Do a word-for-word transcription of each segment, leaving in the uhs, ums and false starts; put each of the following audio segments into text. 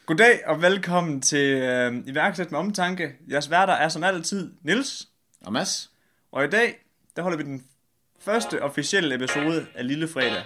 Goddag og velkommen til øh, Iværksæt med Omtanke. Jeres værter er som altid Niels og Mads. Og i dag, der holder vi den første officielle episode af Lille Fredag.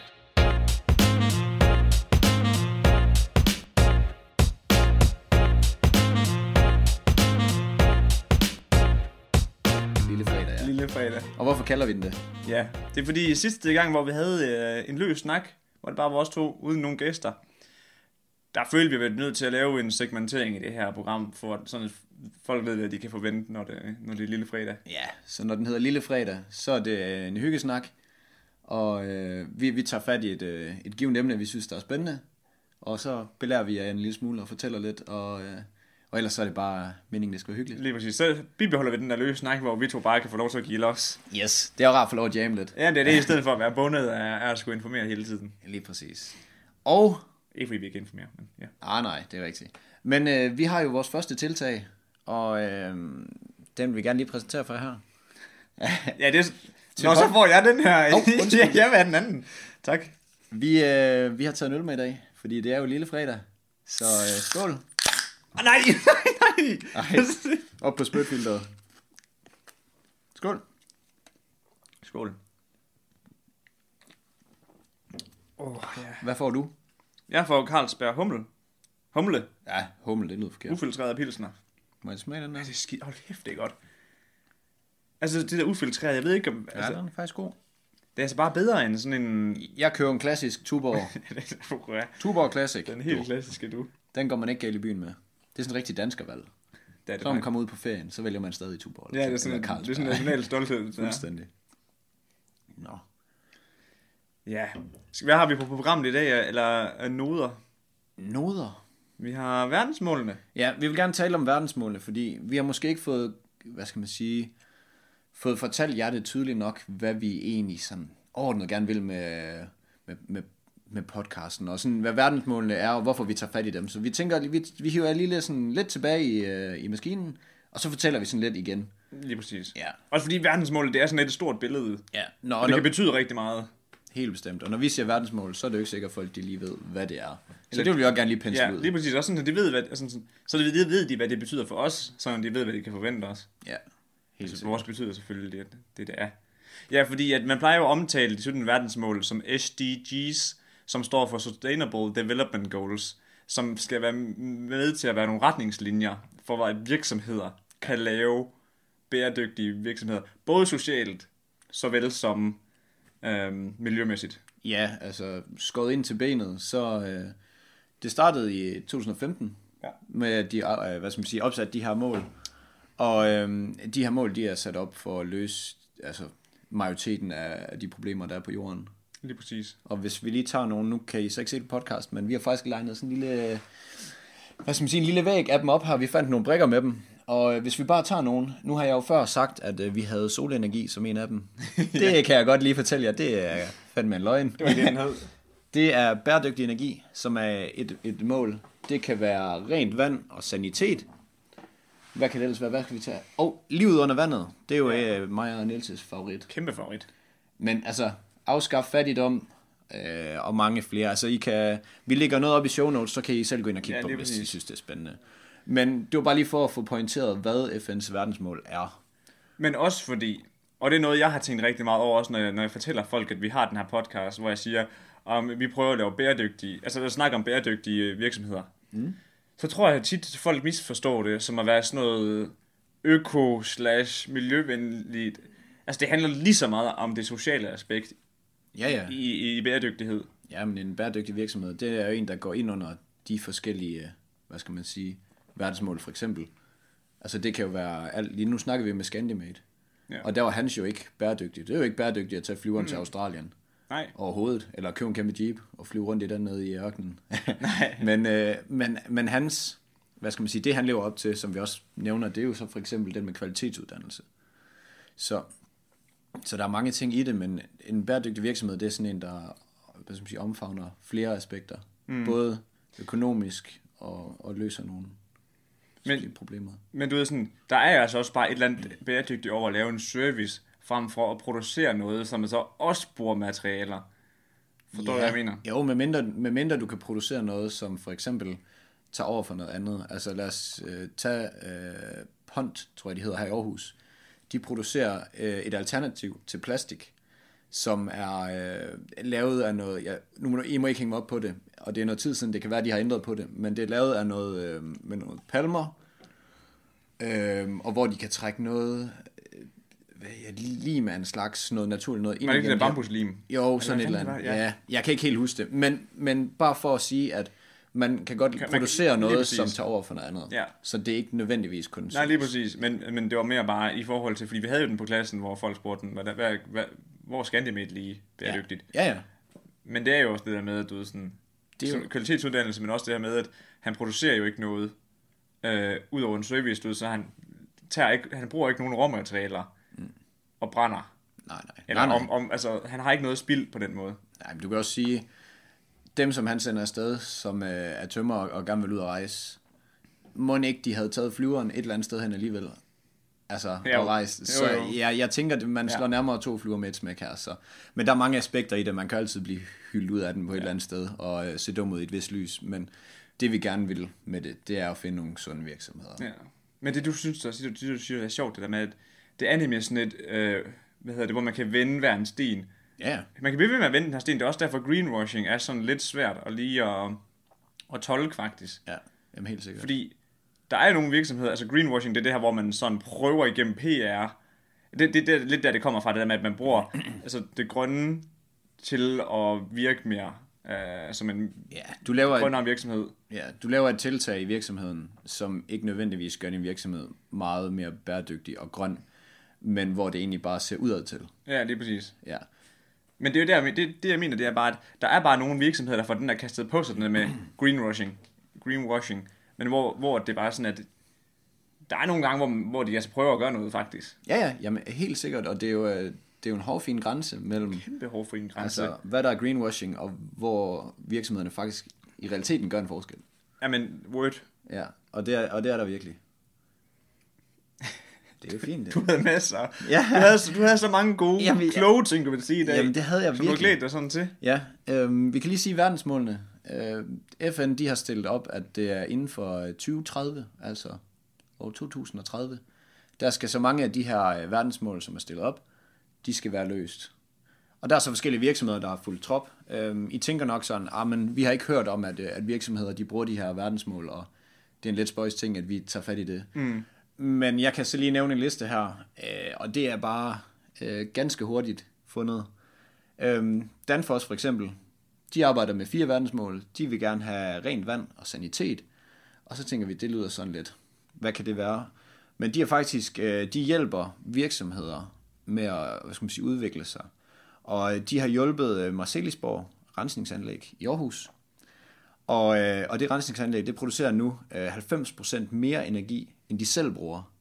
Lille Fredag, ja. Lille Fredag. Og hvorfor kalder vi den det? Ja, det er fordi sidste gang, hvor vi havde øh, en løs snak, hvor det bare var os to, uden nogen gæster, der følte vi, at vi var nødt til at lave en segmentering i det her program, for at sådan, at folk ved, hvad de kan forvente, når det, når det er Lille Fredag. Ja, så når den hedder Lille Fredag, så er det en hyggesnak, og øh, vi, vi tager fat i et, øh, et givet emne, vi synes, der er spændende, og så belærer vi jer en lille smule og fortæller lidt, og, øh, og ellers så er det bare meningen, det skal være hyggeligt. Lige præcis. Så bibeholder vi den der løse snak, hvor vi to bare kan få lov til at give los. Yes, det er jo rart at få lov at jamme lidt. Ja, det er det, i stedet for at være bundet af, af at skulle informere hele tiden. Lige præcis. Og... Ikke fordi vi ikke informerer, men ja. Ah, nej, det er rigtigt. Men øh, vi har jo vores første tiltag, og øh, den vil vi gerne lige præsentere for jer her. Ja, det er... Nå, så får jeg den her. Oh, ja, jeg vil have den anden. Tak. Vi, øh, vi har taget en øl med i dag, fordi det er jo Lille Fredag. Så øh, skål. Oh, nej, nej, nej. Ej, op på spytfilteret. Skål. Skål. Oh, ja. Hvad får du? Jeg får Carlsberg Humle. Humle. Ja, humle, det lyder forkert. Ufiltreret pilsner. Må jeg smage den der? Det er skidt. Hold kæft, det er godt. Altså, det der ufiltreret, jeg ved ikke om... Altså, ja, den er faktisk god. Det er altså bare bedre end sådan en... Jeg kører en klassisk Tuborg. Tuborg Classic. Den helt klassiske, du. Den går man ikke galt i byen med. Det er sådan en rigtig danskervalg. Det er det, så når man kommer ud på ferien, så vælger man stadig Tuborg. Ja, det er sådan, det er sådan en national stolthed. Fuldstændig. Nå. Ja. Hvad har vi på programmet i dag? Eller noder? Noder? Vi har verdensmålene. Ja, vi vil gerne tale om verdensmålene, fordi vi har måske ikke fået, hvad skal man sige, fået fortalt jer det tydeligt nok, hvad vi egentlig sådan ordentligt gerne vil med, med, med, med podcasten, og sådan, hvad verdensmålene er, og hvorfor vi tager fat i dem. Så vi tænker, vi, vi hiver lige sådan lidt tilbage i, i maskinen, og så fortæller vi sådan lidt igen. Lige præcis. Ja. Også fordi verdensmålet, det er sådan et stort billede. Ja. Nå, og det når... kan betyde rigtig meget. Helt bestemt. Og når vi siger verdensmål, så er det jo ikke sikkert, at folk de lige ved, hvad det er. Så det vil vi også gerne lige pensle ja, ud. Lige præcis. Også sådan, at de ved, hvad, altså, så de ved, ved de, hvad det betyder for os, så de ved, hvad de kan forvente os. Ja, helt altså, vores betyder selvfølgelig det, det, det er. Ja, fordi at man plejer jo at omtale de sytten verdensmål som S D Gs, som står for Sustainable Development Goals, som skal være med til at være nogle retningslinjer for, hvad virksomheder kan lave bæredygtige virksomheder. Både socialt, såvel som øhm, miljømæssigt. Ja, altså skåret ind til benet, så øh, det startede i to tusind og femten, ja. Med at de øh, hvad skal man sige, opsat de her mål. Og øh, de her mål, de er sat op for at løse altså, majoriteten af de problemer, der er på jorden. Lige præcis. Og hvis vi lige tager nogle, nu kan I så ikke se det på podcast, men vi har faktisk legnet sådan en lille, hvad skal man sige, en lille væg af dem op her. Vi fandt nogle brikker med dem. Og hvis vi bare tager nogen, nu har jeg jo før sagt, at øh, vi havde solenergi som en af dem. Det ja. Kan jeg godt lige fortælle jer, det er fandme en løgn. Det var det, den hed. Det er bæredygtig energi, som er et, et mål. Det kan være rent vand og sanitet. Hvad kan det ellers være? Hvad skal vi tage? Og oh, livet under vandet, det er jo ja. øh, mig og Niels' favorit. Kæmpe favorit. Men altså, afskaf fattigdom øh, og mange flere. Altså, I kan, vi lægger noget op i show notes, så kan I selv gå ind og kigge ja, på det, hvis I synes, det er spændende. Men det var bare lige for at få pointeret, hvad F N's verdensmål er. Men også fordi, og det er noget, jeg har tænkt rigtig meget over, også når jeg, når jeg fortæller folk, at vi har den her podcast, hvor jeg siger, om um, vi prøver at lave bæredygtige, altså at snakke om bæredygtige virksomheder. Mm. Så tror jeg at tit, at folk misforstår det, som at være sådan noget øko-slash-miljøvenligt. Altså det handler lige så meget om det sociale aspekt ja, ja. I, i bæredygtighed. Ja, men en bæredygtig virksomhed, det er jo en, der går ind under de forskellige, hvad skal man sige, verdensmål for eksempel. Altså det kan jo være alt. Lige nu snakker vi med Scandimate. Ja. Og der var hans jo ikke bæredygtigt. Det er jo ikke bæredygtigt at tage flyveren mm. til Australien. Nej. Overhovedet. Eller købe en kæmpe jeep og flyve rundt i den nede i ørkenen. Nej. men, øh, men, men hans, hvad skal man sige, det han lever op til, som vi også nævner, det er jo så for eksempel den med kvalitetsuddannelse. Så, så der er mange ting i det, men en bæredygtig virksomhed, det er sådan en, der hvad skal man sige, omfavner flere aspekter. Mm. Både økonomisk og, og løser nogle men, problemer. Men du ved sådan, der er altså også bare et eller andet bæredygtigt over at lave en service, frem for at producere noget, som så også bruger materialer. Forstår du, ja. Hvad jeg mener? Jo, med mindre, med mindre du kan producere noget, som for eksempel tager over for noget andet. Altså lad os øh, tage øh, Pont, tror jeg de hedder her i Aarhus. De producerer øh, et alternativ til plastik, som er øh, lavet af noget, ja, nu må I må ikke hænge mig op på det, og det er noget tid siden, det kan være, de har ændret på det, men det er lavet af noget, øh, med noget palmer, øh, og hvor de kan trække noget, øh, ja, lim af en slags, noget naturligt noget. Men ikke det bambuslim? Jo, sådan et eller andet. Ja. ja, jeg kan ikke helt huske det, men, men bare for at sige, at man kan godt kan, producere kan, noget, som tager over for noget andet. Ja. Så det er ikke nødvendigvis kun... Nej, lige præcis. Men, men det var mere bare i forhold til... Fordi vi havde jo den på klassen, hvor folk spurgte den, hvad, hvad, hvad, hvor skal det med lige bæredygtigt? Ja. ja, ja. Men det er jo også det der med, at du ved sådan... Det er jo... kvalitetsuddannelse, men også det her med, at han producerer jo ikke noget øh, ud over en service, du ved, så han, tager ikke, han bruger ikke nogen råmaterialer mm. og brænder. Nej, nej. Eller nej, nej. Om, om, altså, han har ikke noget spild på den måde. Nej, men du kan også sige... Dem, som han sender afsted, som øh, er tømmer og, og gerne vil ud at rejse, må ikke de havde taget flyveren et eller andet sted hen alligevel, altså jo. og rejst. Så jo, jo. Ja, jeg tænker, at man slår ja. nærmere to flyver med et smæk her. Så. Men der er mange aspekter i det. Man kan altid blive hyldet ud af den på ja. et eller andet sted og øh, se dum ud i et vist lys. Men det vi gerne vil med det, det er at finde nogle sunde virksomheder. Ja. Men det du synes, det, det, du siger, er sjovt, det der med, at det er nemlig sådan et, øh, hvad hedder det, hvor man kan vende hver en sten. Ja. Man kan blive ved med at vende den her sten. Det er også derfor, greenwashing er sådan lidt svært at lige at, at tolke faktisk. Ja, jamen helt sikkert. Fordi der er jo nogle virksomheder, altså greenwashing, det er det her, hvor man sådan prøver igennem P R. Det, det, det er lidt der, det kommer fra, det der med, at man bruger altså det grønne til at virke mere øh, som en ja, du laver grønnere virksomhed. Ja, du laver et tiltag i virksomheden, som ikke nødvendigvis gør din virksomhed meget mere bæredygtig og grøn, men hvor det egentlig bare ser udad til. Ja, det er præcis. Ja. Men det er jo der, det, det jeg mener, det er bare, at der er bare nogle virksomheder, der får den der kastet på sådan med greenwashing, greenwashing, men hvor, hvor det bare er sådan, at der er nogle gange, hvor, hvor de altså prøver at gøre noget faktisk. Ja, ja, jamen helt sikkert, og det er jo, det er jo en hårfin grænse mellem... Kæmpe hårfin grænse. Altså, hvad der er greenwashing, og hvor virksomhederne faktisk i realiteten gør en forskel. Jamen, word. Ja, og det er, og det er der virkelig. Det er jo fint, det. Du havde masser. Ja. Du, havde, du havde så mange gode, jamen, kloge ting, du ville sige i dag. Jamen, det havde jeg virkelig. Så du har dig sådan til. Ja, øhm, vi kan lige sige verdensmålene. Øh, F N, de har stillet op, at det er inden for tyve tredive, altså år to tusind og tredive. Der skal så mange af de her verdensmål, som er stillet op, de skal være løst. Og der er så forskellige virksomheder, der har fulgt trop. Øhm, I tænker nok sådan, ah, men vi har ikke hørt om, at, at virksomheder, de bruger de her verdensmål, og det er en lidt spøjs ting, at vi tager fat i det. Mm. Men jeg kan så lige nævne en liste her, øh, og det er bare øh, ganske hurtigt fundet. Øhm, Danfoss for eksempel, de arbejder med fire verdensmål. De vil gerne have rent vand og sanitet. Og så tænker vi, det lyder sådan lidt. Hvad kan det være? Men de er faktisk, øh, de hjælper virksomheder med at, hvad skal man sige, udvikle sig. Og de har hjulpet Marselisborg rensningsanlæg i Aarhus. Og, øh, og det rensningsanlæg, det producerer nu øh, halvfems procent mere energi, end de selv bruger.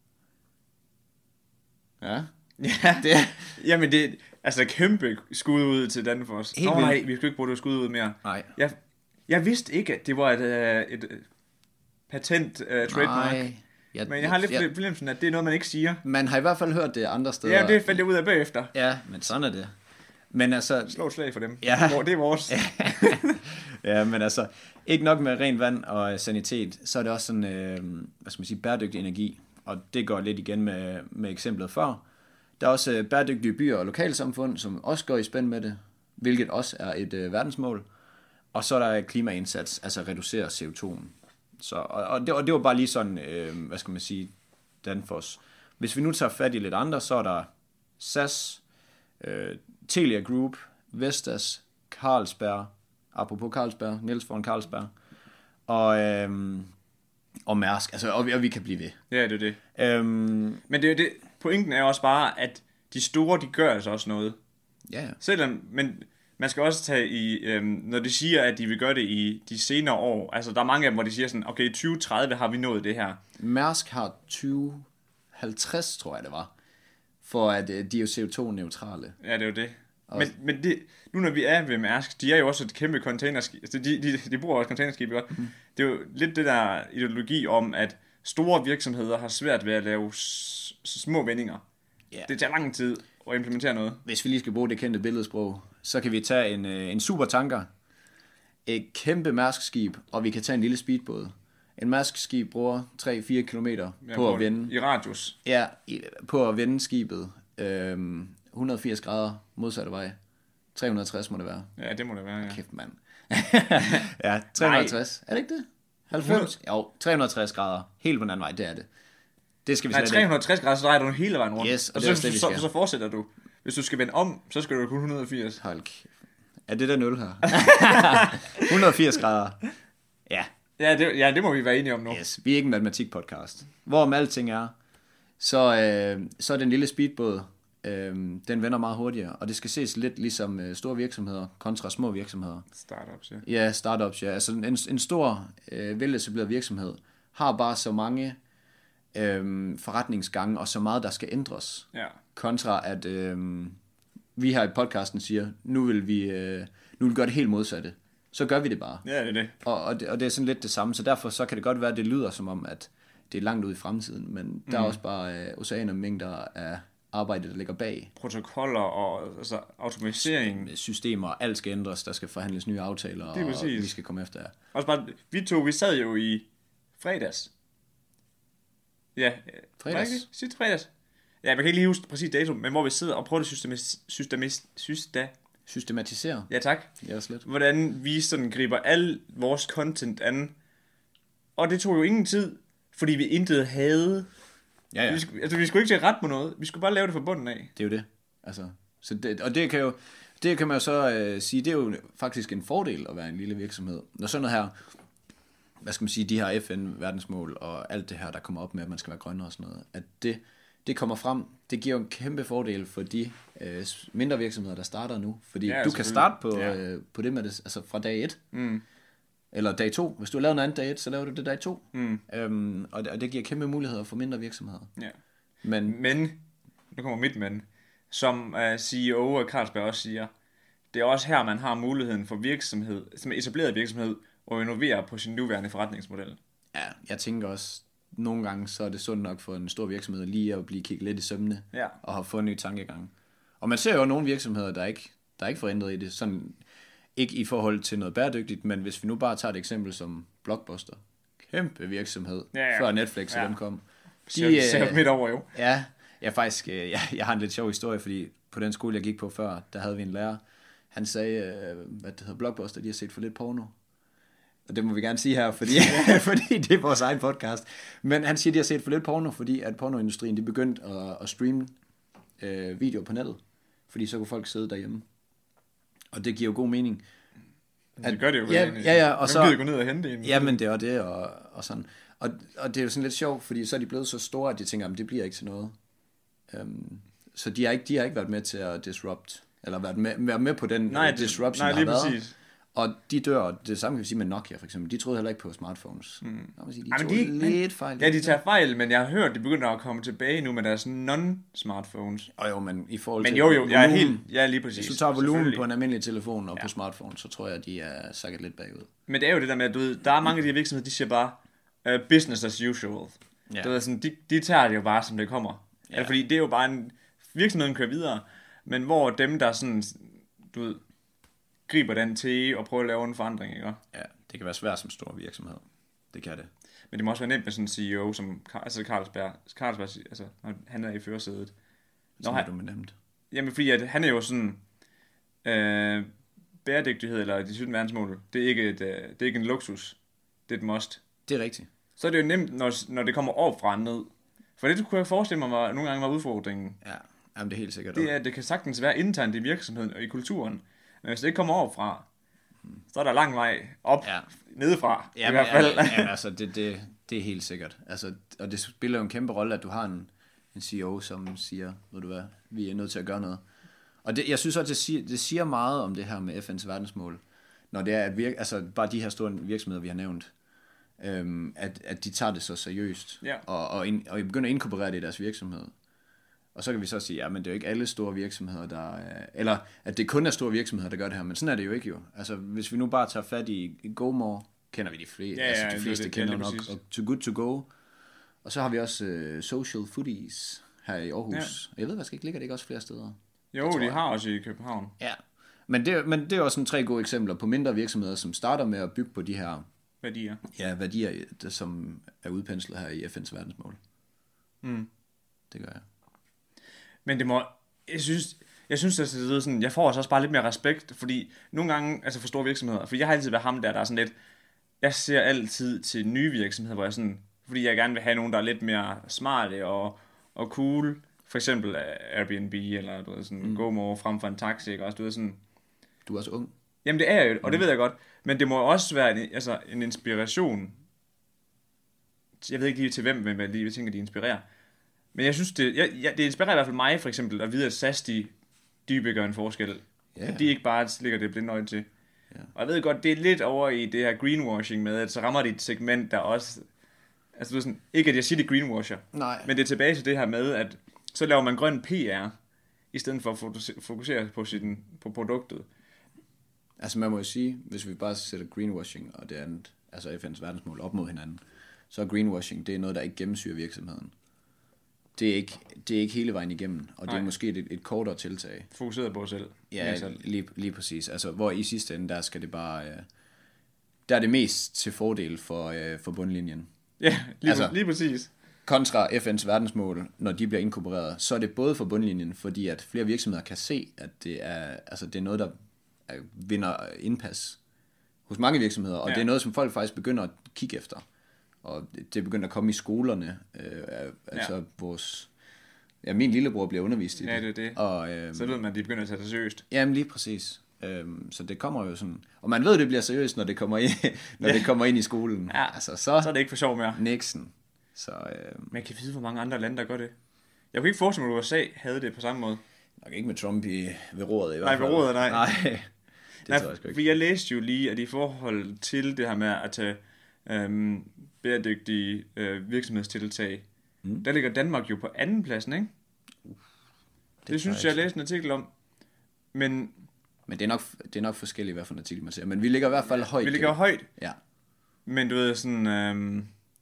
Ja. Ja, det, jamen det altså kæmpe skud ud til Danfoss. Nå nej, vi skal ikke bruge det skud ud mere. Nej. Jeg, jeg vidste ikke, at det var et, et, et patent uh, trademark. Nej. Jeg, men jeg har lidt jeg, fornemmelsen, at det er noget, man ikke siger. Man har i hvert fald hørt det andre steder. Ja, det fandt jeg ud af bagefter. Ja, men sådan er det. Men altså... Slå et slag for dem. Ja. Det er vores. Ja, men altså, ikke nok med rent vand og sanitet, så er det også sådan, øh, hvad skal man sige, bæredygtig energi. Og det går lidt igen med, med eksemplet før. Der er også øh, bæredygtige byer og lokalsamfund, som også går i spænd med det, hvilket også er et øh, verdensmål. Og så er der klimaindsats, altså reducere C O to'en. Så, og, og, det, og det var bare lige sådan, øh, hvad skal man sige, Danfoss. Hvis vi nu tager fat i lidt andre, så er der S A S, øh, Telia Group, Vestas, Carlsberg, apropos Carlsberg, Niels von Carlsberg, og, øhm, og Mærsk, altså, og, vi, og vi kan blive ved. Ja, det er det. Øhm, men det er det, pointen er også bare, at de store, de gør altså også noget. Ja, ja. Selvom, men man skal også tage i, øhm, når de siger, at de vil gøre det i de senere år, altså der er mange af dem, hvor de siger sådan, okay, i tyve tredive har vi nået det her. Mærsk har tyve halvtreds, tror jeg det var, for at øh, de er jo C O to neutrale. Ja, det er jo det. Men, men det, nu når vi er ved Mærsk, de er jo også et kæmpe containerskib, altså de, de, de bruger også containerskib, ikke? Mm. Det er jo lidt det der ideologi om, at store virksomheder har svært ved at lave s- små vendinger. Yeah. Det tager lang tid at implementere noget. Hvis vi lige skal bruge det kendte billedsprog, så kan vi tage en, en supertanker, et kæmpe Mærsk-skib, og vi kan tage en lille speedbåd. En Maersk-skib bruger tre til fire kilometer Ja, på at vende. I radius. Ja, i, på at vende skibet. Øhm, et hundrede og firs grader modsatte vej. tre hundrede og tres må det være. Ja, det må det være, ja. Kæft, mand. Ja, tre hundrede og tres. Er det ikke det? halvfems? Jo, tre hundrede og tres grader. Helt på den anden vej, det er det. Det skal vi Nej, slet tre hundrede og tres grader, så drejer du hele vejen rundt. Yes, og og det så, er også det, vi så, skal. så fortsætter du. Hvis du skal vende om, så skal du kun et hundrede og firs. Hold kæft. Er det der nul her? et hundrede og firs grader. Ja. Ja det, ja, det må vi være enige om nu. Yes, vi er ikke en matematikpodcast. Hvorom alting er, så, øh, så er den lille speedbåd, øh, den vender meget hurtigere, og det skal ses lidt ligesom øh, store virksomheder kontra små virksomheder. Startups, ja. Ja, startups, ja. Altså en, en stor øh, veletableret virksomhed har bare så mange øh, forretningsgange og så meget, der skal ændres. Ja. Kontra at øh, vi her i podcasten siger, nu vil vi, øh, nu vil vi gøre det helt modsatte. Så gør vi det bare. Ja, det er det. Og, og, det, og det er sådan lidt det samme, så derfor så kan det godt være, at det lyder som om, at det er langt ud i fremtiden, men mm. der er også bare øh, oceaner mængder af arbejde, der ligger bag. Protokoller og altså, automatisering. Systemer, alt skal ændres, der skal forhandles nye aftaler, og vi skal komme efter jer. Også bare, vi to, vi sad jo i fredags. Ja, fredags? Ikke? Sidste fredags. Ja, jeg kan ikke lige huske præcis dato, men hvor vi sidder og prøver at systemis, systemis, systa, systematisere. Ja, tak. Ja, slet. Hvordan vi sådan griber al vores content an. Og det tog jo ingen tid, fordi vi intet havde. Ja, ja. Vi skulle, altså, vi skulle ikke til at rette på noget. Vi skulle bare lave det fra bunden af. Det er jo det. Altså, så det, og det kan jo, det kan man jo så øh, sige, det er jo faktisk en fordel at være en lille virksomhed. Når sådan noget her, hvad skal man sige, de her F N-verdensmål og alt det her, der kommer op med, at man skal være grønnere og sådan noget, at det, det kommer frem, det giver jo en kæmpe fordel for de øh, mindre virksomheder, der starter nu. Fordi ja, du kan starte på, ja. øh, på det med det, altså fra dag et. Mm. Eller dag to. Hvis du har lavet noget andet dag et, så laver du det dag to. Mm. Øhm, og, det, og det giver kæmpe muligheder for mindre virksomheder. Ja. Men, men, nu kommer mit men, som uh, C E O af Carlsberg også siger, det er også her, man har muligheden for virksomhed, som etableret virksomhed, at innovere på sin nuværende forretningsmodel. Ja, jeg tænker også, nogle gange så er det sundt nok for en stor virksomhed lige at blive kigget lidt i sømmene, ja. Og have fået en ny tankegang. Og man ser jo nogle virksomheder, der ikke, der er ikke forandret i det, sådan ikke i forhold til noget bæredygtigt, men hvis vi nu bare tager et eksempel som Blockbuster, kæmpe virksomhed, ja, ja. Før Netflix og ja. Dem kom. De ser midt over jo. Ja, jeg faktisk, jeg, jeg har en lidt sjov historie, fordi på den skole, jeg gik på før, der havde vi en lærer, han sagde, hvad det hedder, Blockbuster, de har set for lidt porno. Og det må vi gerne sige her, fordi, fordi det er vores egen podcast. Men han siger, de har set for lidt porno, fordi at pornoindustrien, de begyndte at, at streame øh, videoer på nettet. Fordi så kunne folk sidde derhjemme. Og det giver jo god mening. At, det gør det jo. Ja, ja, ja. Og så, gå ned og hente en. Jamen, det er det, og, og sådan. Og, og det er jo sådan lidt sjovt, fordi så er de blevet så store, at de tænker, at det bliver ikke til noget. Um, så de har, ikke, de har ikke været med til at disrupt, eller været med, været med på den nej, uh, disruption, nej, der har været. Præcis. Og de dør, og det samme kan vi sige med Nokia for eksempel. De troede heller ikke på smartphones. Mm. Sige, de Ej, tog de, lidt fejl. Ja, de tager fejl, men jeg har hørt, de begynder at komme tilbage nu med deres non-smartphones. Og jo, men i forhold men til jo, jo, volumen, jeg er helt, ja, lige præcis. Hvis du tager volumen på en almindelig telefon og ja. På smartphone, så tror jeg, at de er sakket lidt bagud. Men det er jo det der med, at du ved, der er mange af de her virksomheder, de siger bare, uh, business as usual. Ja. Du ved, sådan, de, de tager det jo bare, som det kommer. Ja. Altså, fordi det er jo bare en, virksomheden kører videre, men hvor dem, der sådan, du ved, griber den til og prøver at lave en forandring, ikke? Ja, det kan være svært som stor virksomhed. Det kan det. Men det må også være nemt med sådan en C E O som altså Carlsberg, Carlsberg altså, han er i førersædet. Som er du med nemt? Jamen, fordi at han er jo sådan, øh, bæredygtighed, eller de sytten verdensmål, det er ikke et, det er ikke en luksus. Det er et must. Det er rigtigt. Så er det jo nemt, når, når det kommer op fra ned. For det kunne jeg forestille mig, var, nogle gange var udfordringen. Ja, jamen det er helt sikkert. Det er, at det kan sagtens være internt i virksomheden og i kulturen. Men hvis det ikke kommer op fra, så er der lang vej op, ja. Nedefra, ja, i hvert fald. Ja, ja, altså, det, det, det er helt sikkert. Altså, og det spiller jo en kæmpe rolle, at du har en, en C E O, som siger, ved du hvad, vi er nødt til at gøre noget. Og det, jeg synes også, det siger, det siger meget om det her med F N's verdensmål, når det er, at virke, altså bare de her store virksomheder, vi har nævnt, øhm, at, at de tager det så seriøst, ja. og, og, ind, og begynder at inkorporere det i deres virksomhed. Og så kan vi så sige, ja, men det er jo ikke alle store virksomheder, der... Eller, at det kun er store virksomheder, der gør det her, men sådan er det jo ikke jo. Altså, hvis vi nu bare tager fat i, i GoMore, kender vi de fleste, ja, ja, altså de fleste det, kender nok, og Too Good To Go. Og så har vi også uh, Social Foodies her i Aarhus. Ja. Jeg ved faktisk ikke, ligger det ikke også flere steder? Jo, de har også i København. Ja, men det, men det er også sådan tre gode eksempler på mindre virksomheder, som starter med at bygge på de her værdier. Ja, værdier, der, som er udpenslet her i F N's verdensmål. Mm. Det gør jeg. Men det må, jeg synes, jeg synes, at det er sådan, jeg får også bare lidt mere respekt, fordi nogle gange, altså for store virksomheder, for jeg har altid været ham der, der er sådan lidt, jeg ser altid til nye virksomheder, hvor jeg sådan, fordi jeg gerne vil have nogen, der er lidt mere smarte og, og cool, for eksempel Airbnb, eller du ved, sådan, mm. GoMore frem for en taxi, ikke? Også, du ved, sådan, du er også ung. Jamen det er jeg jo, og det ved jeg godt, men det må også være en, altså, en inspiration. Jeg ved ikke lige til hvem, men jeg lige tænker, de inspirerer. Men jeg synes, det, jeg, jeg, det inspirerer i hvert fald mig, for eksempel, at vide, at S A S, de, de gør en forskel. Yeah. At de ikke bare ligger det blinde øje til. Yeah. Og jeg ved godt, det er lidt over i det her greenwashing med, at så rammer de et segment, der også, altså du sådan, ikke at jeg siger, det greenwasher, nej, men det er tilbage til det her med, at så laver man grøn P R, i stedet for at fokusere på, sin, på produktet. Altså man må jo sige, hvis vi bare sætter greenwashing og det andet, altså F N's verdensmål op mod hinanden, så er greenwashing, det er noget, der ikke gennemsyrer virksomheden. Det er ikke, det er ikke hele vejen igennem, og Nej. det er måske et, et kortere tiltag. Fokuseret på os selv. Ja, lige, lige præcis. Altså, hvor i sidste ende, der skal det bare, øh, der er det mest til fordel for, øh, for bundlinjen. Ja, lige, altså, lige præcis. Kontra F N's verdensmål, når de bliver inkorporeret, så er det både for bundlinjen, fordi at flere virksomheder kan se, at det er, altså, det er noget, der vinder indpas hos mange virksomheder, og ja. det er noget, som folk faktisk begynder at kigge efter. Og det begynder at komme i skolerne, øh, altså ja. vores, ja, min lillebror bliver undervist i det. Ja, det er det. Og, øh, så ved man, at de begynder at tage det seriøst. Jamen lige præcis. Øhm, så det kommer jo sådan, og man ved, det bliver seriøst, når det kommer ind, når ja. det kommer ind i skolen. Ja, altså, så, så er det ikke for sjov mere. Nixon. Så, øh, man kan vide, hvor mange andre lande, der gør det. Jeg kunne ikke forestille mig, at U S A havde det på samme måde. Nok ikke med Trump i, ved roret i hvert fald. Nej, ved roret, nej. Nej, det nej, tror jeg sgu ikke. For jeg læste jo lige, at i forhold til det her med at tage øhm, bæredygtige øh, virksomhedstiltag, mm. der ligger Danmark jo på anden pladsen, ikke? Uh, det det synes jeg, jeg læste en artikel om. Men, men det er nok, det er nok forskelligt, hvad for en artikel man ser. Men vi ligger i hvert fald højt. Vi ligger højt. Ja. Men du ved sådan, øhm,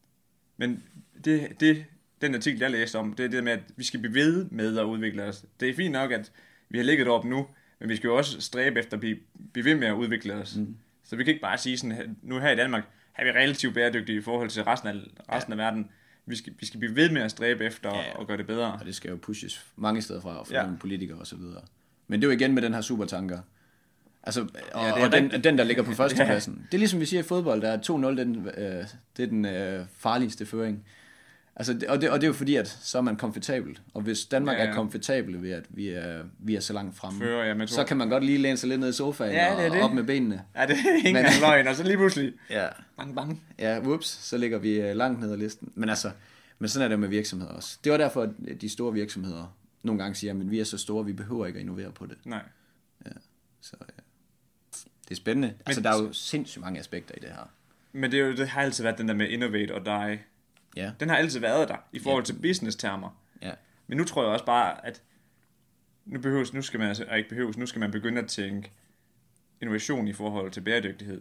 men det, det, den artikel, jeg læste om, det er det med, at vi skal blive ved med at udvikle os. Det er fint nok, at vi har ligget op nu, men vi skal jo også stræbe efter at blive, blive ved med at udvikle os. Mm. Så vi kan ikke bare sige sådan, nu her i Danmark, er vi relativt bæredygtige i forhold til resten af, resten af ja. verden. Vi skal, vi skal blive ved med at stræbe efter ja, ja. og gøre det bedre. Og det skal jo pushes mange steder fra, fra ja. politikere og så videre. Men det er jo igen med den her supertanker. Altså, og, ja, og den, den, der ligger på førstepladsen. Ja. Det er ligesom vi siger i fodbold, der er to nul, den, øh, det er den øh, farligste føring. Altså, det, og, det, og det er jo fordi, at så er man komfortabel. Og hvis Danmark ja, ja. er komfortabel ved, at vi er, vi er så langt fremme, Fører, ja, så kan man godt lige læne sig lidt ned i sofaen ja, og det. op med benene. Ja, det er ikke engang løgn, og så lige pludselig, ja. bang, bang. Ja, whoops, så ligger vi langt ned ad listen. Men altså, men sådan er det med virksomheder også. Det var derfor, at de store virksomheder nogle gange siger, at vi er så store, vi behøver ikke at innovere på det. Nej. Ja, så ja. Det er spændende. Men, altså, der er jo sindssygt mange aspekter i det her. Men det, er jo, det har altid været den der med innovate og die. Ja. Den har altid været der i forhold ja. til business-termer. Ja. Men nu tror jeg også bare, at nu behøves, nu skal man altså, ikke behøves, nu skal man begynde at tænke innovation i forhold til bæredygtighed.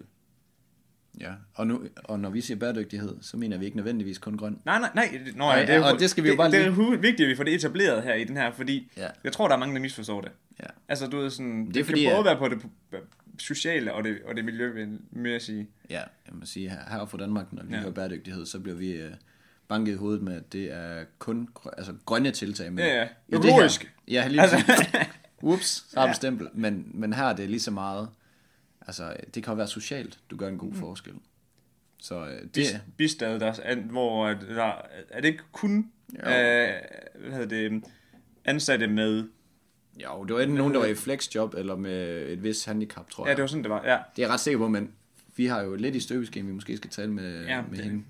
Ja, og, nu, og når vi siger bæredygtighed, så mener vi ikke nødvendigvis kun grøn. Nej, nej, nej. Nå, ja, det er jo, og det skal vi jo det, bare lige... Det er vigtigt, at vi får det etableret her i den her, fordi ja. jeg tror, der er mange, der misforstår det. Ja. Altså, du ved sådan, det, det fordi, kan både ja. være på det sociale og det, og det miljømæssige. Ja, jeg må sige, her, her for Danmark, når vi ja. har bæredygtighed, så bliver vi uh, banket i hovedet med, at det er kun altså, grønne tiltag. Men ja, ja. Økologisk. Ja, lige altså. Ups, så har vi ja. stempel. Men, men her er det lige så meget, altså, det kan jo være socialt, du gør en god mm. forskel. Så uh, det Bis, Bistad, der er, hvor der, er det ikke kun øh, hvad hedder det, ansatte med... Jo, det var enten nogen, der var i flexjob, eller med et vis handicap, tror jeg. Ja, det var sådan, det var, ja. Det er jeg ret sikker på, men vi har jo lidt i støbeskeen, vi måske skal tale med, ja, med det. hende.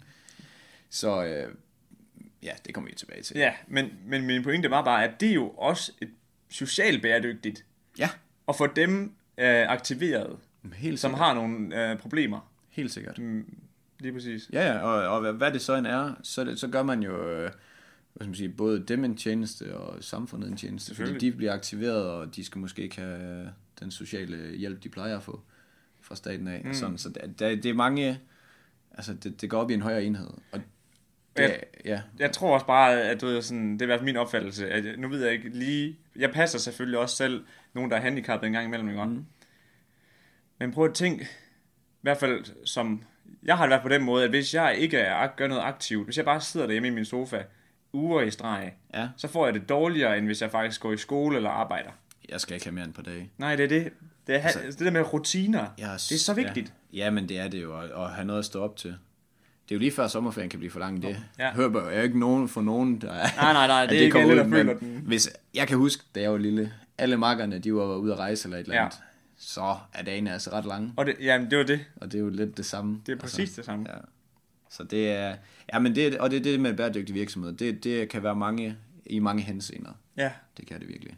Så øh, ja, det kommer vi tilbage til. Ja, men, men min pointe var bare, at det er jo også et socialt bæredygtigt. Ja. At få dem øh, aktiveret, helt som har nogle øh, problemer. Helt sikkert. Mm, lige præcis. Ja, ja, og, og hvad det så end er, så, det, så gør man jo... Øh, hvad skal man sige, både dem en tjeneste og samfundet en tjeneste, fordi de bliver aktiveret, og de skal måske ikke have den sociale hjælp, de plejer at få fra staten af. Mm. Sådan, så det, det er mange, altså det, det går op i en højere enhed. Og det, jeg, ja. jeg tror også bare, at du ved, sådan, det er i hvert fald min opfattelse, at nu ved jeg ikke lige, jeg passer selvfølgelig også selv nogen, der er handicappet en gang imellem, ikke? Mm. Men prøv at tænke, i hvert fald som jeg har det været på den måde, at hvis jeg ikke er, gør noget aktivt, hvis jeg bare sidder derhjemme i min sofa, uger i streg, Ja. så får jeg det dårligere, end hvis jeg faktisk går i skole eller arbejder. Jeg skal ikke have mere end et par dage. Nej, det er det. Det, er, Altså- det der med rutiner, Jeg det er så vigtigt. Ja, ja, men det er det jo, at have noget at stå op til. Det er jo lige før sommerferien kan blive for lang. Det Ja. hører jeg ikke nogen for nogen, der er... Nej, nej, nej, at det er ikke kommer alle, der ud, føler men den. Hvis, jeg kan huske, da jeg var lille, alle makkerne, de var ude at rejse eller et eller Ja. andet. Så er dagene altså ret lange. Og det, jamen, det var det. Og det er jo lidt det samme. Det er præcis altså, det samme. Ja. Så det er... Ja, men det, og det er det med bæredygtig virksomhed. Det, det kan være mange i mange henseender. Ja, Det kan det virkelig.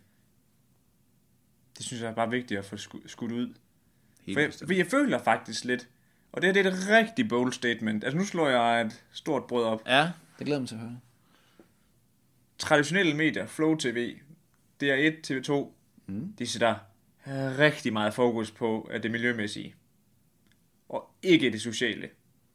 det synes jeg er bare vigtigt at få sku- skudt ud. Helt For jeg, bestemt. for jeg føler faktisk lidt, og det, her, det er et rigtig bold statement. Altså nu slår jeg et stort brød op. Ja, det glæder mig til at høre. Traditionelle medier, Flow T V, D R et, T V to, Mm. de sætter rigtig meget fokus på at det miljømæssige. Og ikke det sociale.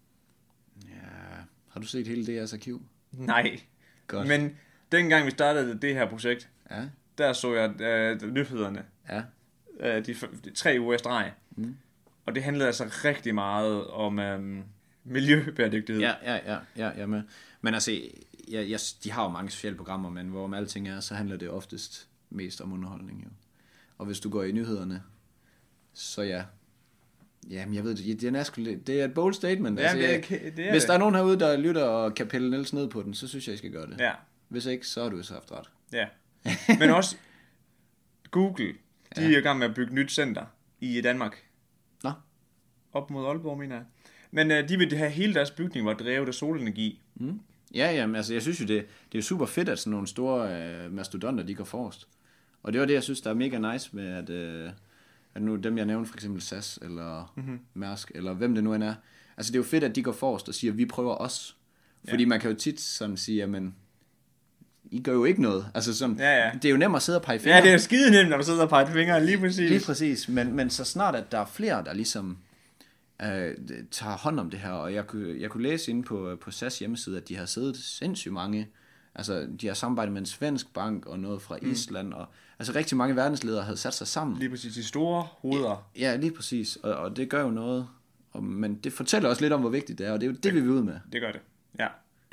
Ja, har du set hele D R's arkiv? Nej. Godt. Men dengang vi startede det her projekt, Ja, der så jeg øh, nyhederne. ja. Øh, de, f- de tre uger i streg. Mm. Og det handlede altså rigtig meget om øhm, miljøbæredygtighed. Ja, ja, ja, ja, jeg er med. Men altså, jeg, jeg, de har jo mange sociale programmer, men hvorom alting er, så handler det oftest mest om underholdning, jo. Og hvis du går i nyhederne, så ja. Jamen, jeg ved det, det er, sgu lidt- det er et bold statement. Ja, altså, det er- jeg, det er hvis det. der er nogen herude, der lytter og kan pille Niels ned på den, så synes jeg, I skal gøre det. Ja, Hvis ikke, så har du så haft ret. ja. Men også Google, de Ja. er i gang med at bygge nyt center i Danmark. Nå. Op mod Aalborg, mener jeg. Men øh, de vil have hele deres bygning var drevet af solenergi. Mm. Ja, jamen, altså, jeg synes jo, det, det er jo super fedt, at sådan nogle store øh, mastodonter, de går forrest. Og det var det, jeg synes, der er mega nice med, at, øh, at nu dem, jeg nævnte, for eksempel S A S, eller mm-hmm. Mærsk, eller hvem det nu end er. Altså, det er jo fedt, at de går forrest og siger, vi prøver os. Fordi Ja. man kan jo tit sådan sige, jamen, I gør jo ikke noget. Altså, sådan, Ja, ja. det er jo nemt at sidde og pege fingre. Ja, det er jo skide nemt, når du sidder og peger fingre, lige præcis. Lige præcis, men, men så snart, at der er flere, der ligesom øh, tager hånd om det her, og jeg kunne, jeg kunne læse inde på, på S A S hjemmeside, at de har siddet sindssygt mange, altså de har samarbejdet med en svensk bank, og noget fra mm. Island, og altså rigtig mange verdensledere havde sat sig sammen. Lige præcis, de store hoveder. Ja, lige præcis, og, og det gør jo noget, og, men det fortæller også lidt om, hvor vigtigt det er, og det er jo det, vi vil ud med. Det gør det, ja.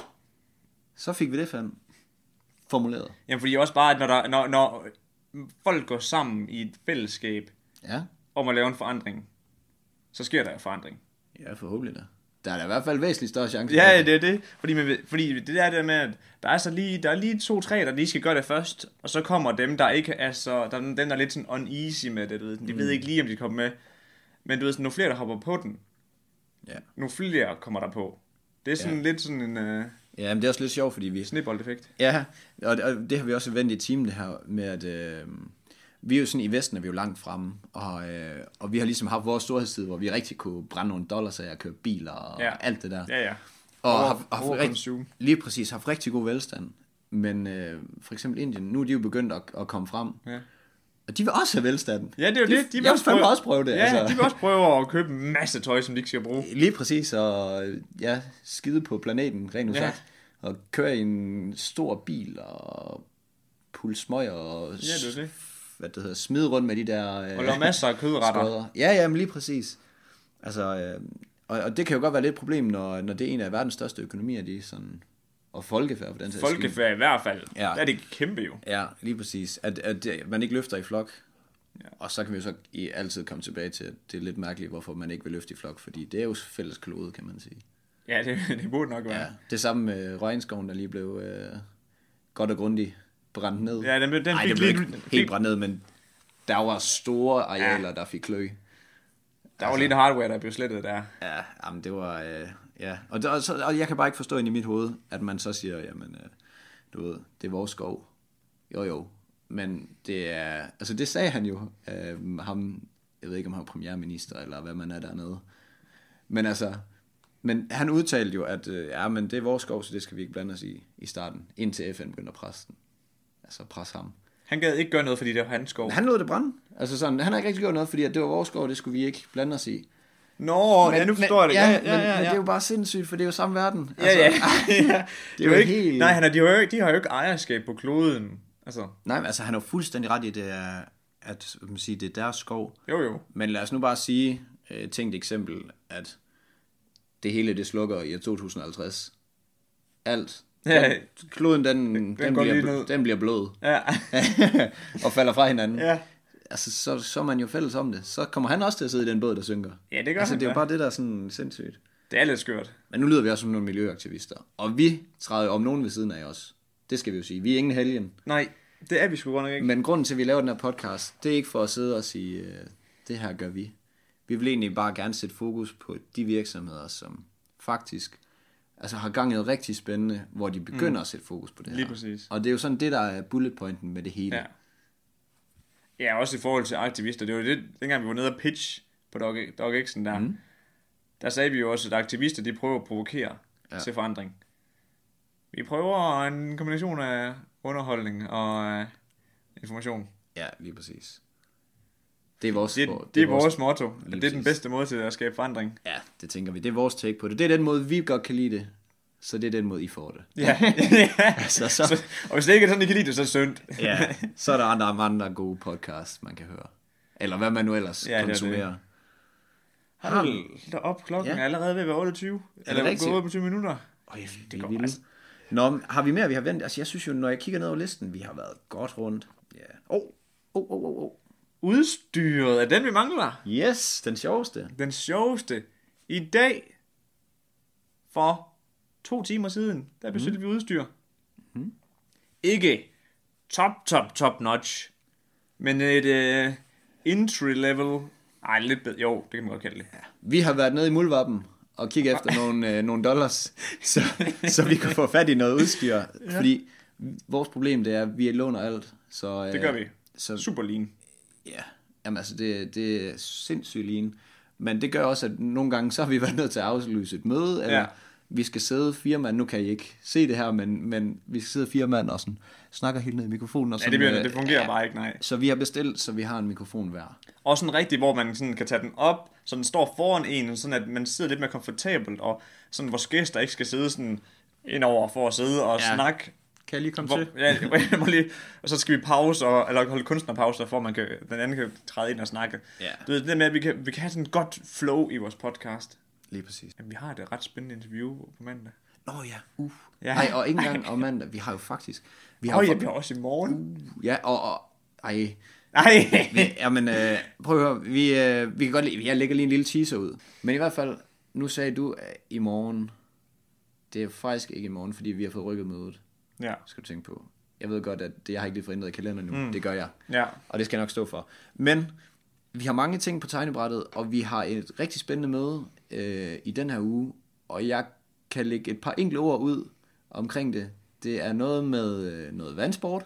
Så fik vi det fandme formuleret. Jamen, fordi også bare, at når, der, når, når folk går sammen i et fællesskab Ja, om at lave en forandring, så sker der jo forandring. ja, forhåbentlig da. Der er da i hvert fald væsentligt større chance. Ja, for ja, det er det. Fordi, man, ved- fordi det der, der med, at der er, så lige, der er lige to-tre, der lige skal gøre det først, og så kommer dem, der ikke er så, der er dem, der er lidt sådan uneasy med det, du ved. De mm. ved ikke lige, om de kommer med. Men du ved, sådan, nu flere, der hopper på den, Ja. nu flere kommer der på. Det er sådan Ja. lidt sådan en uh, Ja, men det er også lidt sjovt, fordi vi snibboldeffekt. Ja, og det, og det har vi også vendt i team det her med, at øh, vi er jo sådan i Vesten, er vi jo langt fremme, og, øh, og vi har ligesom haft vores storhedstid, hvor vi rigtig kunne brænde nogle dollars af at køre biler og Ja. alt det der. Ja, ja. Og Over- har, har haft overconsume. rigtig, lige præcis haft rigtig god velstand. Men øh, for eksempel Indien, nu er de jo begyndt at, at komme frem, Ja. og de vil også have velstand. Ja, det er jo de, det. De vil jeg også vil fandme prøve- også prøve det. Ja, altså. de vil også prøve at købe en masse tøj, som de ikke skal bruge. Lige præcis, og ja, skide på planeten, rent Ja. udsagt. Og køre i en stor bil og pulle smøger og Ja, det er det. hvad det hedder, smide rundt med de der øh, Og lave masser af kødretter. skodder. Ja, ja, men lige præcis. Altså, øh, og, og det kan jo godt være lidt et problem, når, når det er en af verdens største økonomier, de er sådan, og folkefærd for den sags skyld. Folkefærd i hvert fald. Ja. Der er det kæmpe jo. Ja, lige præcis. At, at det- man ikke løfter i flok. Ja. Og så kan vi jo så i altid komme tilbage til, at det er lidt mærkeligt, hvorfor man ikke vil løfte i flok, fordi det er jo fælles klode, kan man sige. Ja, det, det burde nok være. Ja, det samme med regnskoven, der lige blev øh, godt og grundigt brændt ned. Ja, den, den Nej, fik det blev lige... ikke fik, helt brændt ned, men der var store arealer, ja. der fik klø. der var lidt hardware, der blev slettet der. Ja, jamen det var, øh, ja. Og, det, og, så, og jeg kan bare ikke forstå ind i mit hoved, at man så siger, jamen, øh, du ved, det er vores skov. Jo, jo. Men det er, altså det sagde han jo, øh, ham, jeg ved ikke, om han var premierminister, eller hvad man er dernede. Men altså, men han udtalte jo, at øh, ja, men det er vores skov, så det skal vi ikke blande os i, i starten, indtil F N begynder at presse den. Altså presse ham. Han gad ikke gøre noget, fordi det var hans skov. Han lod det brænde. Altså sådan, han har ikke rigtig gjort noget, fordi at det var vores skov, det skulle vi ikke blande os i. Nå, ja, nu forstår jeg det. Ja, Ja, ja, men, ja, ja. men det er jo bare sindssygt, for det er jo samme verden. Ja, ja. ja. Det er jo ikke, helt... Nej, han er, de, har jo, ikke- de har jo ikke ejerskab på kloden. Altså, Nej, men altså han er jo fuldstændig ret i det, er, at hvad man siger, det er deres skov. jo jo. Men lad os nu bare sige, øh, tænkt eksempel, at det hele det slukker i to tusind og halvtreds. Alt. Ja. Den, kloden, den, den, den, bliver, den bliver blød. Ja. Og falder fra hinanden. Ja. Altså, så, så er man jo fælles om det. Så kommer han også til at sidde i den båd, der synker. Ja, det gør altså, han det er jo da. bare det, der er sådan sindssygt. Det er lidt skørt. Men nu lyder vi også som nogle miljøaktivister. Og vi træder jo om nogen ved siden af os. Det skal vi jo sige. Vi er ingen helgen. Nej, det er vi sgu godt nok ikke. Men grunden til, at vi laver den her podcast, det er ikke for at sidde og sige, øh, det her gør vi. Vi vil egentlig bare gerne sætte fokus på de virksomheder, som faktisk altså, har gang i noget rigtig spændende, hvor de begynder mm. at sætte fokus på det her. Lige præcis. Og det er jo sådan det, der er bullet pointen med det hele. Ja. Ja, også i forhold til aktivister. Det var det, dengang vi var nede og pitch på Dog, Dog X'en der. Mm. Der sagde vi jo også, at aktivister, de prøver at provokere ja. til forandring. Vi prøver en kombination af underholdning og uh, information. Ja, lige præcis. Det er vores, det, det, det, det er vores, vores motto. Det er præcis. Den bedste måde til at skabe forandring. Ja, det tænker vi. Det er vores take på det. Det er den måde, vi godt kan lide det. Så det er den måde, I får det. Ja. altså, så... Så, og hvis det ikke er sådan, I kan lide det, så er det synd. ja, så er der andre, andre gode podcasts, man kan høre. Eller hvad man nu ellers ja, konsumerer. Hold da op, klokken ja. er allerede ved at være otteogtyve. Eller gået otteogtyve minutter. Øj, det, det går altså. Nå, har vi mere, vi har ventet? Altså, jeg synes jo, når jeg kigger ned over listen, vi har været godt rundt. Ja. Åh, åh, åh, åh, åh. Udstyret er den, vi mangler. Yes, den sjoveste. Den sjoveste. I dag, for to timer siden, der besøgte mm. vi udstyr. Mm. Ikke top, top, top notch, men et uh, entry level. Ej, lidt bedre. Jo, det kan man godt kalde det. Ja. Vi har været nede i Muldvarpen og kigge efter nogle, øh, nogle dollars, så, så vi kan få fat i noget udstyr. Ja. Fordi vores problem, det er, at vi låner alt. Så, øh, det gør vi. Så, super lean. Ja, jamen altså, det, det er sindssygt lean. Men det gør også, at nogle gange, så har vi været nødt til at aflyse et møde, eller ja. vi skal sidde fire mand, nu kan I ikke se det her, men, men vi skal sidde fire mand og sådan, snakker helt ned i mikrofonen. Og sådan, ja, det, bliver, det fungerer ja, bare ikke, nej. Så vi har bestilt, så vi har en mikrofon hver. Og sådan rigtigt, hvor man sådan kan tage den op, så den står foran en, sådan at man sidder lidt mere komfortabelt, og sådan vores gæster ikke skal sidde sådan indover for at sidde og ja. snakke. Kan jeg lige komme hvor, til? Ja, jeg må lige, og så skal vi pause, og, eller holde kunstnerpause, for man kan, den anden kan træde ind og snakke. Ja. Du ved, det med, at vi kan, vi kan have sådan et godt flow i vores podcast. Lige præcis. Jamen, vi har et ret spændende interview på mandag. Nå ja, uh. Ja. Ej, og ikke engang om mandag, vi har jo faktisk... Vi har, oh, ja, vi har også i morgen. Uh, ja, og... og ej... Nej. Jamen, øh, prøv at høre, vi, øh, vi kan godt lide, jeg lægger lige en lille teaser ud. Men i hvert fald, nu sagde du øh, i morgen. Det er faktisk ikke i morgen, fordi vi har fået rykket mødet. Ja. Skal du tænke på. Jeg ved godt, at det, jeg har ikke lige forhindret i kalenderen nu. Mm. Det gør jeg. Ja. Og det skal jeg nok stå for. Men vi har mange ting på tegnebrættet, og vi har et rigtig spændende møde øh, i den her uge. Og jeg kan lægge et par enkelte ord ud omkring det. Det er noget med øh, noget vandsport,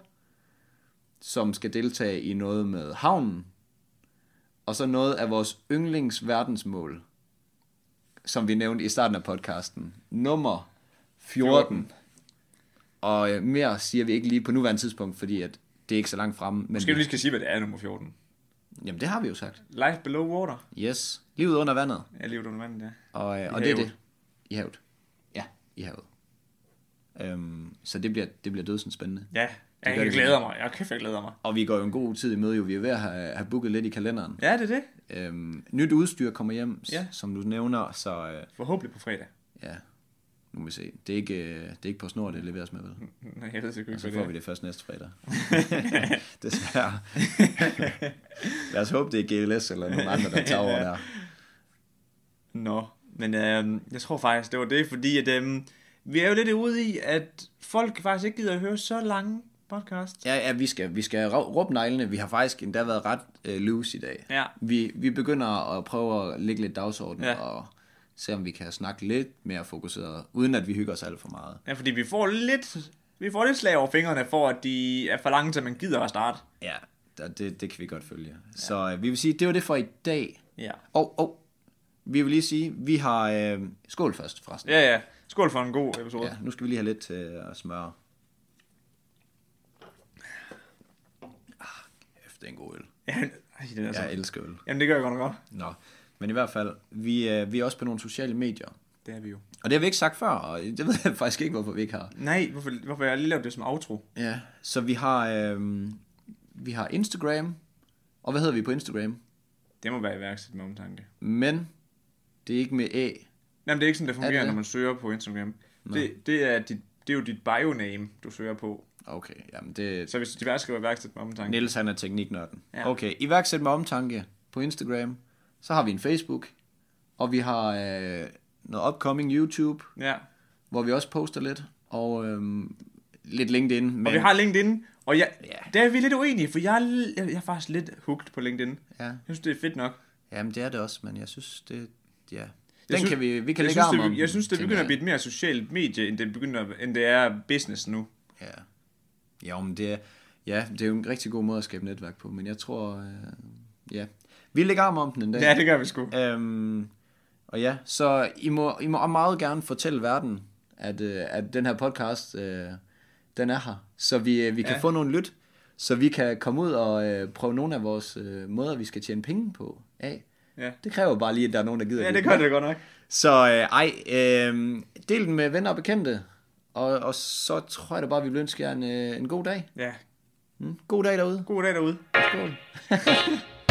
som skal deltage i noget med havnen. Og så noget af vores yndlingsverdensmål, som vi nævnte i starten af podcasten. Nummer fjorten. fjorten. Og øh, mere siger vi ikke lige på nuværende tidspunkt, fordi at det er ikke så langt fremme. Men måske vi lige skal sige, hvad det er nummer fjorten. Jamen, det har vi jo sagt. Life below water. Yes. Livet under vandet. Ja, livet under vandet, ja. Og, øh, og det er det. I havet. Ja, i havet. Øhm, så det bliver, det bliver dødsens spændende. Ja, jeg, jeg glæder mig. Jeg kæft, jeg glæder mig. Og vi går jo en god tid i møde, jo. Vi er ved at have, have booket lidt i kalenderen. Ja, det er det. Øhm, nyt udstyr kommer hjem, ja. som du nævner. Så, øh, forhåbentlig på fredag. Ja. Nu må vi se. Det er ikke, det er ikke på snor, det leveres med, vel? Nej, jeg ved ikke, og så får det. vi det først næste fredag. Desværre. Lad os håbe, det er G L S eller nogen andre, der tager over der. Nå, men øh, jeg tror faktisk, det var det, fordi at, øh, vi er jo lidt ude i, at folk faktisk ikke gider at høre så lange podcast. Ja, ja, vi skal, vi skal råbe neglene. Vi har faktisk endda været ret øh, loose i dag. Ja. Vi, vi begynder at prøve at lægge lidt dagsorden, ja. og se om vi kan snakke lidt mere fokuseret, uden at vi hygger os alt for meget. Ja, fordi vi får lidt, vi får lidt slag over fingrene, for at de er for lange, til man gider at starte. Ja, det, det kan vi godt følge. Ja. Så øh, vi vil sige, det var det for i dag. Ja. Og, og vi vil lige sige, vi har øh, skål først, forresten. Ja, ja. Skål for en god episode. Ja, nu skal vi lige have lidt til at smøre. Ah, det er en god øl. Ja, ej, det er så... Jeg elsker øl. Jamen, det gør jeg godt nok godt. Nå. Men i hvert fald, vi, øh, vi er også på nogle sociale medier. Det er vi jo. Og det har vi ikke sagt før, og det ved jeg faktisk ikke, hvorfor vi ikke har. Nej, hvorfor, hvorfor jeg lige lavet det som outro. Ja, så vi har, øh, vi har Instagram. Og hvad hedder vi på Instagram? Det må være iværksæt med omtanke. Men det er ikke med A. Jamen, det er ikke sådan, det fungerer, det? når man søger på Instagram. Det, det, er dit, det er jo dit bio-name, du søger på. Okay, jamen det... Så hvis du bare skriver iværksæt med omtanke. Niels, han er tekniknørden. Ja. Okay, iværksæt med omtanke på Instagram. Så har vi en Facebook. Og vi har øh, noget upcoming YouTube, ja. hvor vi også poster lidt. Og øh, lidt LinkedIn. Men... Og vi har LinkedIn. Og jeg, ja. der er vi lidt uenige, for jeg er, jeg er faktisk lidt hooked på LinkedIn. Ja. Jeg synes, det er fedt nok. Jamen, det er det også, men jeg synes, det... Ja. Den synes, kan vi, vi kan jeg lægge synes, arm det, om. Jeg synes, det begynder at blive et mere socialt medie, end det, begynder, end det er business nu. Ja. Jo, men det er, ja, det er jo en rigtig god måde at skabe netværk på, men jeg tror, øh, ja, vi lægger arm om den en dag. Ja, det gør vi sgu. Øhm, og ja, så I må, I må meget gerne fortælle verden, at, øh, at den her podcast, øh, den er her, så vi, vi kan ja. få nogle lyt, så vi kan komme ud og øh, prøve nogle af vores øh, måder, vi skal tjene penge på af. Ja. Det kræver bare lige, at der er nogen, der gider. Ja, det gør det godt nok. Så øh, ej, øh, del den med venner og bekendte, og, og så tror jeg da bare, vi vil ønske jer en, øh, en god dag. Ja. Mm, god dag derude. God dag derude. Skål.